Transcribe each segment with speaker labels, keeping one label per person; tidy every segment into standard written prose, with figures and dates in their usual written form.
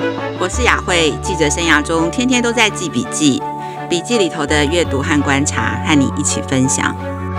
Speaker 1: 我是雅慧，记者生涯中天天都在记笔记，笔记里头的阅读和观察，和你一起分享。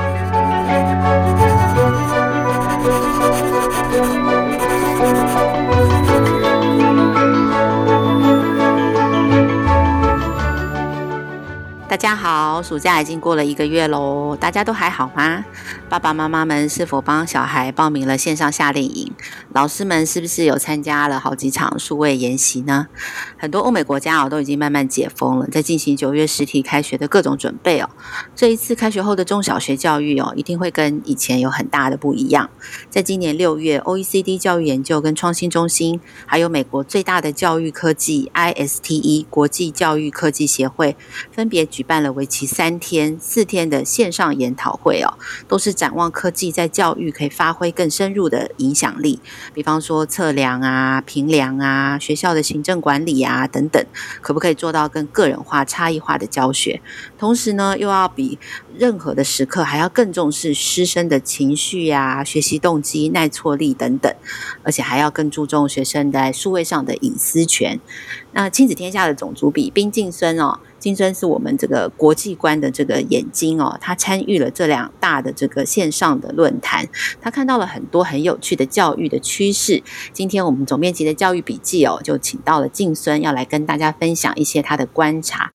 Speaker 1: 大家好，暑假已经过了1个月咯，大家都还好吗？爸爸妈妈们是否帮小孩报名了线上夏令营？老师们是不是有参加了好几场数位研习呢？很多欧美国家都已经慢慢解封了，在进行9月实体开学的各种准备这一次开学后的中小学教育一定会跟以前有很大的不一样。在今年6月 OECD 教育研究跟创新中心，还有美国最大的教育科技 ISTE 国际教育科技协会，分别举办了为期3天、4天的线上研讨会都是展望科技在教育可以发挥更深入的影响力，比方说测量啊、评量啊、学校的行政管理啊等等，可不可以做到更个人化、差异化的教学？同时呢，又要比任何的时刻还要更重视师生的情绪啊、学习动机、耐挫力等等，而且还要更注重学生在数位上的隐私权。那亲子天下的总主笔宾晋孙晋孙是我们这个国际观的这个眼睛他参与了这2大的这个线上的论坛，他看到了很多很有趣的教育的趋势。今天我们总编辑的教育笔记就请到了晋孙，要来跟大家分享一些他的观察。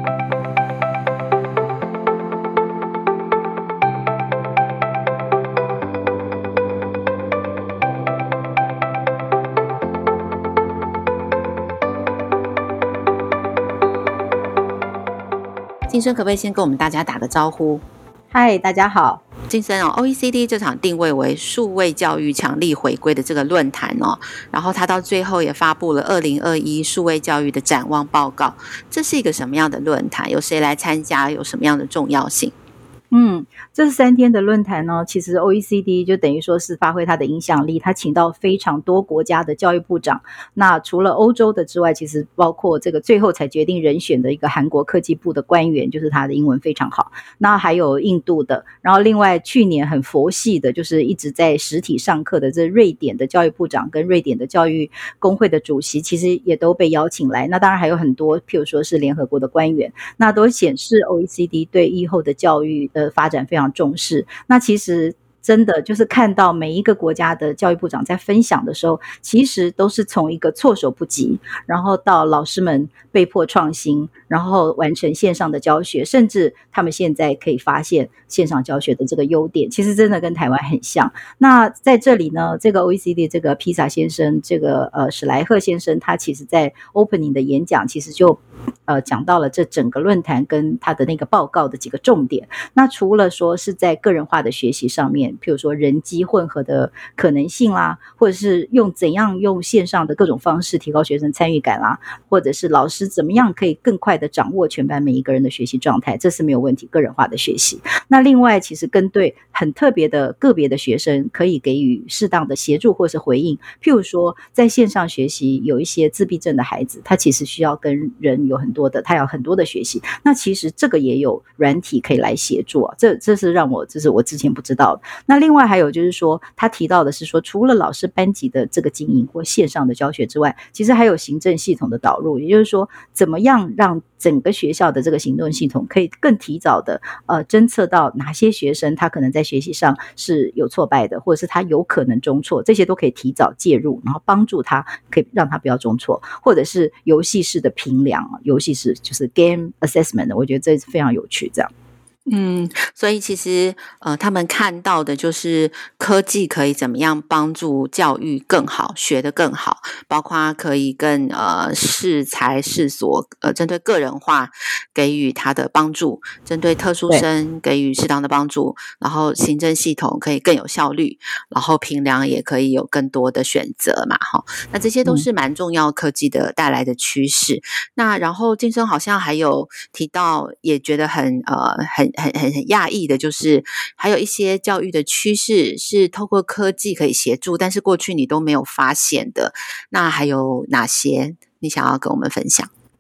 Speaker 1: 晋孙可不可以先跟我们大家打个招呼？
Speaker 2: 嗨，大家好。
Speaker 1: 晋孙OECD 这场定位为数位教育强力回归的这个论坛然后他到最后也发布了2021数位教育的展望报告。这是一个什么样的论坛？有谁来参加？有什么样的重要性？
Speaker 2: 这3天的论坛呢，其实 OECD 就等于说是发挥它的影响力，它请到非常多国家的教育部长。那除了欧洲的之外，其实包括这个最后才决定人选的一个韩国科技部的官员，就是他的英文非常好。那还有印度的，然后另外去年很佛系的，就是一直在实体上课的这瑞典的教育部长跟瑞典的教育工会的主席，其实也都被邀请来。那当然还有很多，譬如说是联合国的官员，那都显示 OECD 对以后的教育的发展非常重视。那其实真的就是看到每一个国家的教育部长在分享的时候，其实都是从一个措手不及，然后到老师们被迫创新，然后完成线上的教学，甚至他们现在可以发现线上教学的这个优点，其实真的跟台湾很像。那在这里呢，这个 OECD 这个披萨先生，这个史莱赫先生，他其实在 opening 的演讲其实就讲到了这整个论坛跟他的那个报告的几个重点。那除了说是在个人化的学习上面，譬如说人机混合的可能性啦，或者是怎样用线上的各种方式提高学生参与感啦，或者是老师怎么样可以更快的掌握全班每一个人的学习状态，这是没有问题，个人化的学习。那另外其实跟对很特别的个别的学生可以给予适当的协助或是回应，譬如说在线上学习有一些自闭症的孩子，他其实需要跟人有很多的，他有很多的学习，那其实这个也有软体可以来协助这是这是我之前不知道的。那另外还有就是说，他提到的是说，除了老师班级的这个经营或线上的教学之外，其实还有行政系统的导入，也就是说怎么样让整个学校的这个行政系统可以更提早的侦测到哪些学生他可能在学习上是有挫败的，或者是他有可能中错，这些都可以提早介入，然后帮助他可以让他不要中错，或者是游戏式的评量，游戏式就是 game assessment， 我觉得这是非常有趣这样。
Speaker 1: 所以其实他们看到的就是科技可以怎么样帮助教育更好，学得更好，包括可以更适才适所，针对个人化给予他的帮助，针对特殊生给予适当的帮助，然后行政系统可以更有效率，然后评量也可以有更多的选择嘛，那这些都是蛮重要科技的带来的趋势。那然后晋孙好像还有提到，也觉得很讶异的，就是还有一些教育的趋势是透过科技可以协助，但是过去你都没有发现的。那还有哪些你想要跟我们分享？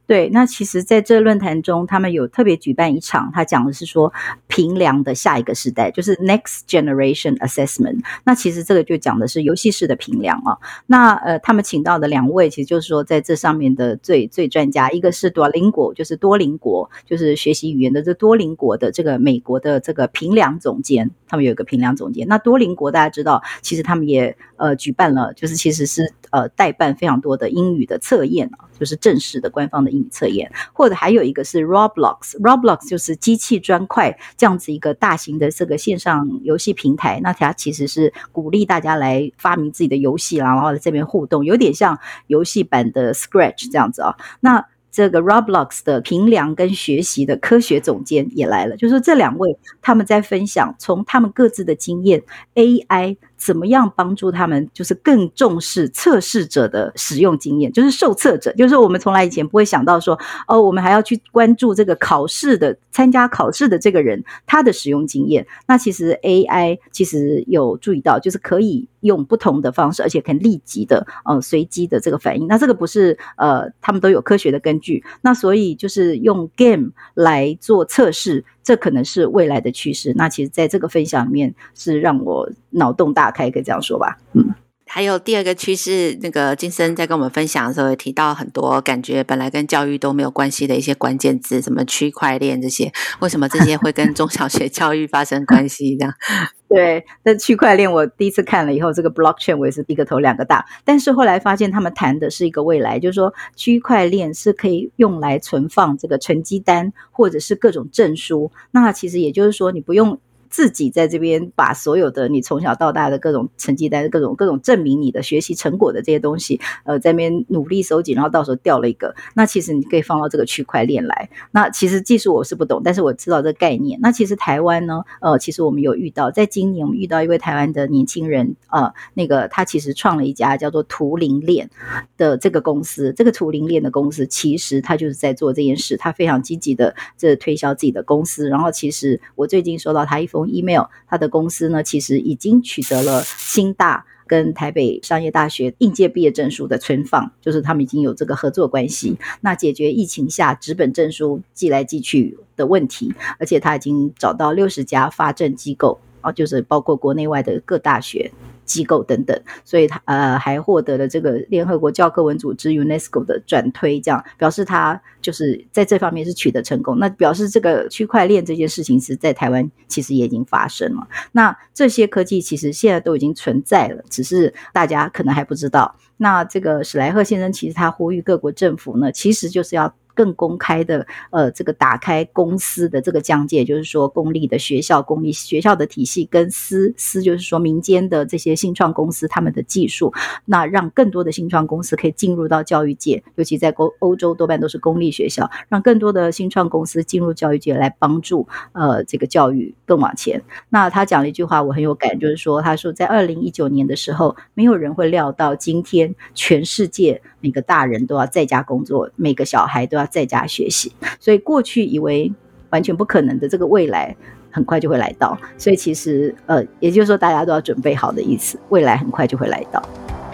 Speaker 2: 对，那其实在这论坛中，他们有特别举办一场，他讲的是说评量的下一个时代，就是 Next Generation Assessment。那其实这个就讲的是游戏式的评量啊。那他们请到的2位，其实就是说在这上面的最专家，一个是 Duolingo， 就是多邻国，就是学习语言的这多邻国的这个美国的这个评量总监，他们有一个评量总监。那多邻国大家知道，其实他们也举办了，就是其实是代办非常多的英语的测验啊，就是正式的官方的英语测验。或者还有一个是 Roblox 就是机器砖块这样子一个大型的这个线上游戏平台，那它其实是鼓励大家来发明自己的游戏啦，然后在这边互动，有点像游戏版的 Scratch 这样子啊。那这个 Roblox 的评量跟学习的科学总监也来了，就是说这2位他们在分享从他们各自的经验 AI 怎么样帮助他们就是更重视测试者的使用经验，就是受测者，就是我们从来以前不会想到说我们还要去关注这个参加考试的这个人他的使用经验。那其实 AI 其实有注意到，就是可以用不同的方式，而且可以立即的随机的这个反应。那这个不是他们都有科学的根据，那所以就是用 game 来做测试，这可能是未来的趋势。那其实在这个分享里面是让我脑洞大开，可以这样说吧。
Speaker 1: 还有第二个趋势，那个金生在跟我们分享的时候也提到很多感觉本来跟教育都没有关系的一些关键字，什么区块链这些，为什么这些会跟中小学教育发生关系这样？
Speaker 2: 对，那区块链我第一次看了以后，这个 blockchain 我也是一个头两个大，但是后来发现他们谈的是一个未来，就是说区块链是可以用来存放这个成绩单或者是各种证书。那其实也就是说你不用自己在这边把所有的你从小到大的各种成绩单、各种证明你的学习成果的这些东西，在那边努力收集，然后到时候掉了一个，那其实你可以放到这个区块链来。那其实技术我是不懂，但是我知道这个概念。那其实台湾呢，其实我们有遇到，在今年我们遇到一位台湾的年轻人，那个他其实创了一家叫做图灵链的这个公司。这个图灵链的公司其实他就是在做这件事，他非常积极的推销自己的公司。然后其实我最近收到他一封email， 他的公司呢其实已经取得了新大跟台北商业大学应届毕业证书的存放，就是他们已经有这个合作关系，那解决疫情下纸本证书寄来寄去的问题，而且他已经找到60家发证机构，就是包括国内外的各大学机构等等，所以他还获得了这个联合国教科文组织 UNESCO 的转推，这样表示他就是在这方面是取得成功。那表示这个区块链这件事情是在台湾其实也已经发生了。那这些科技其实现在都已经存在了，只是大家可能还不知道。那这个史莱赫先生其实他呼吁各国政府呢，其实就是要更公开的这个打开公司的这个疆界，就是说公立的学校、公立学校的体系跟私就是说民间的这些新创公司他们的技术，那让更多的新创公司可以进入到教育界，尤其在欧洲多半都是公立学校，让更多的新创公司进入教育界来帮助这个教育更往前。那他讲了一句话我很有感，就是说他说在2019年的时候，没有人会料到今天全世界每个大人都要在家工作，每个小孩都要在家学习，所以过去以为完全不可能的这个未来很快就会来到，所以其实也就是说大家都要准备好的意思，未来很快就会来到。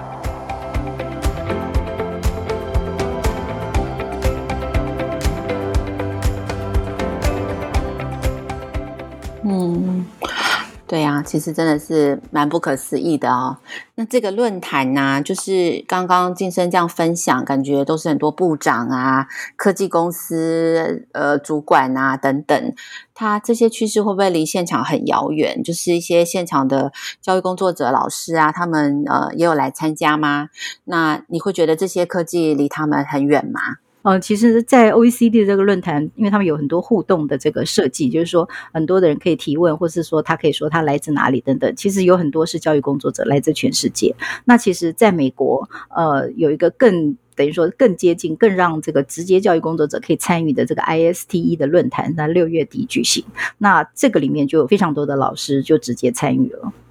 Speaker 1: 对啊，其实真的是蛮不可思议的哦。那这个论坛呢，就是刚刚晋升这样分享，感觉都是很多部长啊、科技公司主管啊等等，他这些趋势会不会离现场很遥远？就是一些现场的教育工作者、老师啊，他们也有来参加吗？那你会觉得这些科技离他们很远吗？
Speaker 2: 其实在 OECD 这个论坛，因为他们有很多互动的这个设计，就是说很多的人可以提问，或是说他可以说他来自哪里等等，其实有很多是教育工作者来自全世界。那其实在美国有一个等于说更接近、更让这个直接教育工作者可以参与的这个 ISTE 的论坛，在6月底举行。那这个里面就有非常多的老师就直接参与了。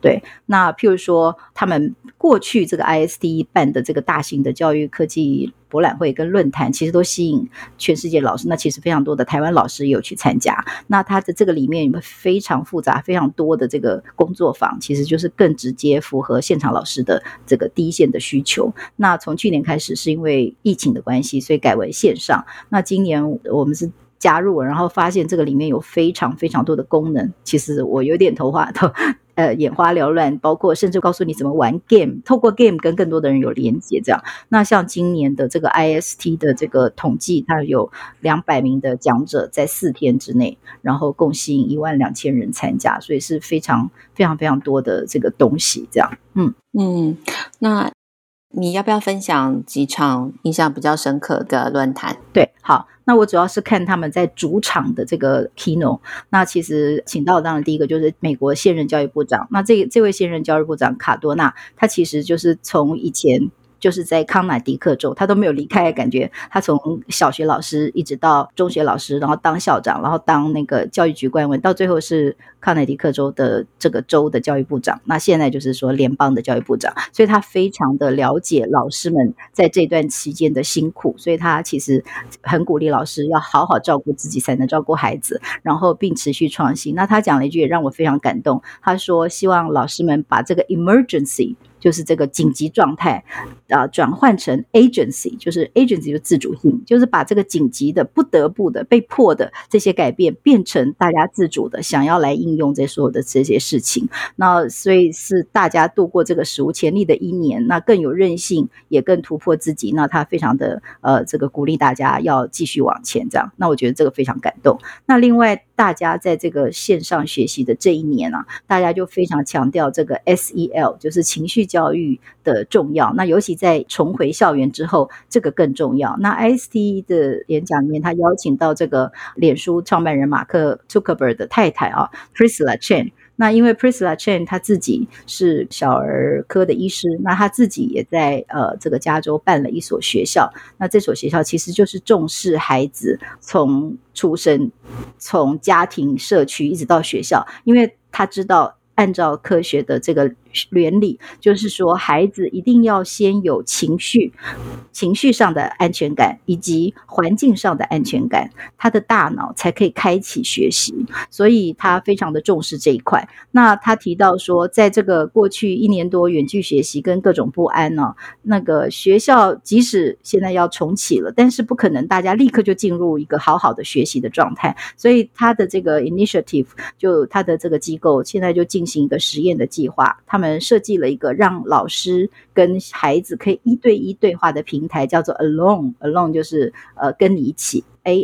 Speaker 2: 对，那譬如说他们过去这个 ISD 办的这个大型的教育科技博览会跟论坛，其实都吸引全世界老师，那其实非常多的台湾老师也有去参加。那它的这个里面有非常复杂非常多的这个工作坊，其实就是更直接符合现场老师的这个第一线的需求。那从去年开始是因为疫情的关系，所以改为线上，那今年我们是加入了，然后发现这个里面有非常非常多的功能，其实我有点眼花缭乱，包括甚至告诉你怎么玩 game， 透过 game 跟更多的人有连接这样。那像今年的这个 IST 的这个统计，它有200名的讲者在4天之内，然后共吸引12000人参加，所以是非常非常非常多的这个东西这样。
Speaker 1: 那你要不要分享几场印象比较深刻的论坛？
Speaker 2: 对，好，那我主要是看他们在主场的这个 keynote。那其实请到当然第一个就是美国现任教育部长，那这位现任教育部长卡多纳，他其实就是从以前就是在康乃狄克州，他都没有离开，感觉他从小学老师一直到中学老师，然后当校长，然后当那个教育局官员，到最后是康乃狄克州的这个州的教育部长，那现在就是说联邦的教育部长，所以他非常的了解老师们在这段期间的辛苦，所以他其实很鼓励老师要好好照顾自己才能照顾孩子，然后并持续创新。那他讲了一句也让我非常感动，他说希望老师们把这个 emergency，就是这个紧急状态转换成 agency， 就是 agency 就自主性，就是把这个紧急的不得不的被迫的这些改变变成大家自主的想要来应用这所有的这些事情。那所以是大家度过这个史无前例的1年，那更有韧性也更突破自己，那他非常的这个鼓励大家要继续往前这样。那我觉得这个非常感动。那另外大家在这个线上学习的这1年啊，大家就非常强调这个 SEL， 就是情绪教育的重要。那尤其在重回校园之后，这个更重要。那 IST 的演讲里面，他邀请到这个脸书创办人马克 Zuckerberg 的太太啊 Priscilla Chan。那因为 Priscilla Chan 她自己是小儿科的医师，那她自己也在这个加州办了一所学校。那这所学校其实就是重视孩子从出生，从家庭社区一直到学校，因为她知道按照科学的这个原理，就是说孩子一定要先有情绪上的安全感以及环境上的安全感，他的大脑才可以开启学习，所以他非常的重视这一块。那他提到说，在这个过去1年多远距学习跟各种不安呢，那个学校即使现在要重启了，但是不可能大家立刻就进入一个好好的学习的状态，所以他的这个 initiative， 就他的这个机构现在就进行一个实验的计划，他们设计了一个让老师跟孩子可以1对1对话的平台，叫做 Alone 就是跟你一起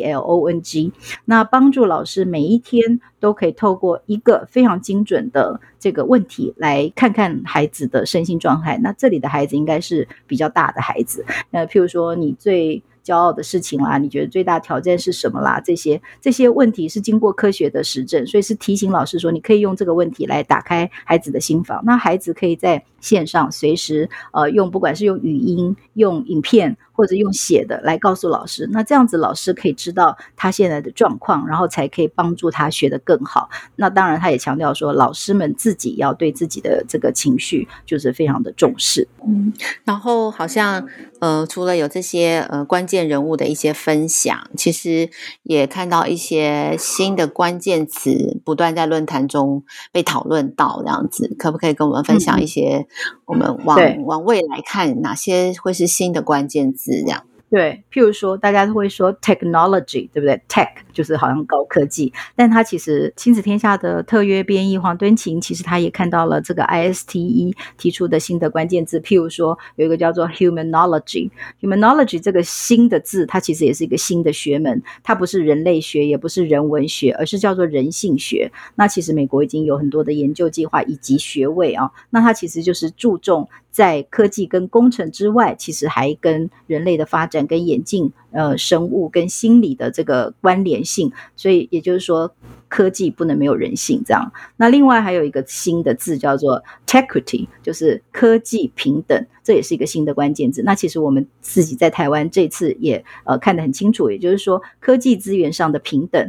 Speaker 2: ALONG， 那帮助老师每一天都可以透过一个非常精准的这个问题来看看孩子的身心状态。那这里的孩子应该是比较大的孩子，譬如说你最骄傲的事情啦，你觉得最大挑战是什么啦，这些问题是经过科学的实证，所以是提醒老师说你可以用这个问题来打开孩子的心房。那孩子可以在线上随时不管是用语音、用影片或者用写的来告诉老师，那这样子老师可以知道他现在的状况，然后才可以帮助他学得更好。那当然他也强调说老师们自己要对自己的这个情绪就是非常的重视。
Speaker 1: 然后好像除了有这些关键人物的一些分享，其实也看到一些新的关键词不断在论坛中被讨论到，这样子可不可以跟我们分享一些我们往未来看哪些会是新的关键字这样？
Speaker 2: 对，譬如说大家都会说 technology， 对不对？ tech 就是好像高科技，但他其实亲子天下的特约编译黄敦晴，其实他也看到了这个 ISTE 提出的新的关键字，譬如说有一个叫做 humanology 这个新的字，它其实也是一个新的学门，它不是人类学也不是人文学，而是叫做人性学。那其实美国已经有很多的研究计划以及学位啊，那它其实就是注重在科技跟工程之外，其实还跟人类的发展跟演进生物跟心理的这个关联性，所以也就是说科技不能没有人性这样。那另外还有一个新的字叫做 Tequity， 就是科技平等，这也是一个新的关键字。那其实我们自己在台湾这次也看得很清楚，也就是说科技资源上的平等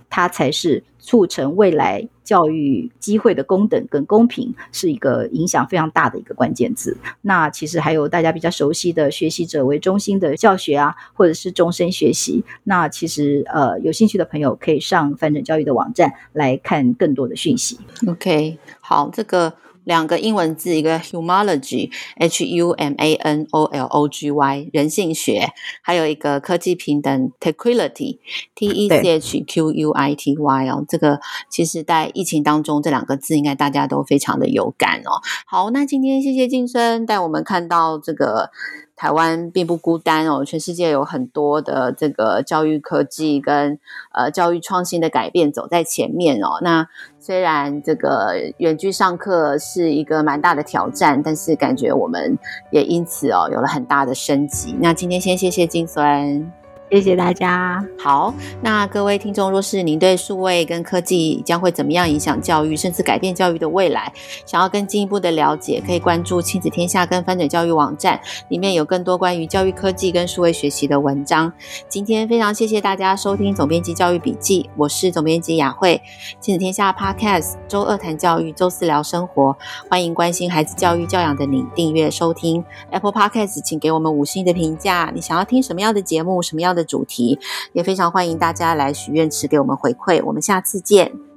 Speaker 2: 它才是促成未来教育机会的公等跟公平，是一个影响非常大的一个关键字。那其实还有大家比较熟悉的学习者为中心的教学啊，或者是终身学习。那其实有兴趣的朋友可以上翻转教育的网站来看更多的讯息。
Speaker 1: OK， 好，这个2个英文字，一个 Humanology HUMANOLOGY 人性学，还有一个科技平等 Techquality TECHQUITY 哦，这个其实在疫情当中这2个字应该大家都非常的有感哦。好，那今天谢谢晋孙带我们看到这个台湾并不孤单哦，全世界有很多的这个教育科技跟教育创新的改变走在前面哦。那虽然这个远距上课是一个蛮大的挑战，但是感觉我们也因此有了很大的升级。那今天先谢谢晋孙。
Speaker 2: 谢谢大家。
Speaker 1: 好，那各位听众，若是您对数位跟科技将会怎么样影响教育，甚至改变教育的未来，想要更进一步的了解，可以关注亲子天下跟翻转教育网站，里面有更多关于教育科技跟数位学习的文章。今天非常谢谢大家收听总编辑教育笔记，我是总编辑雅慧。亲子天下 Podcast 周2谈教育，周4聊生活，欢迎关心孩子教育教养的你订阅收听。 Apple Podcast 请给我们5星的评价，你想要听什么样的节目，什么样的主题，也非常欢迎大家来许愿池给我们回馈。我们下次见。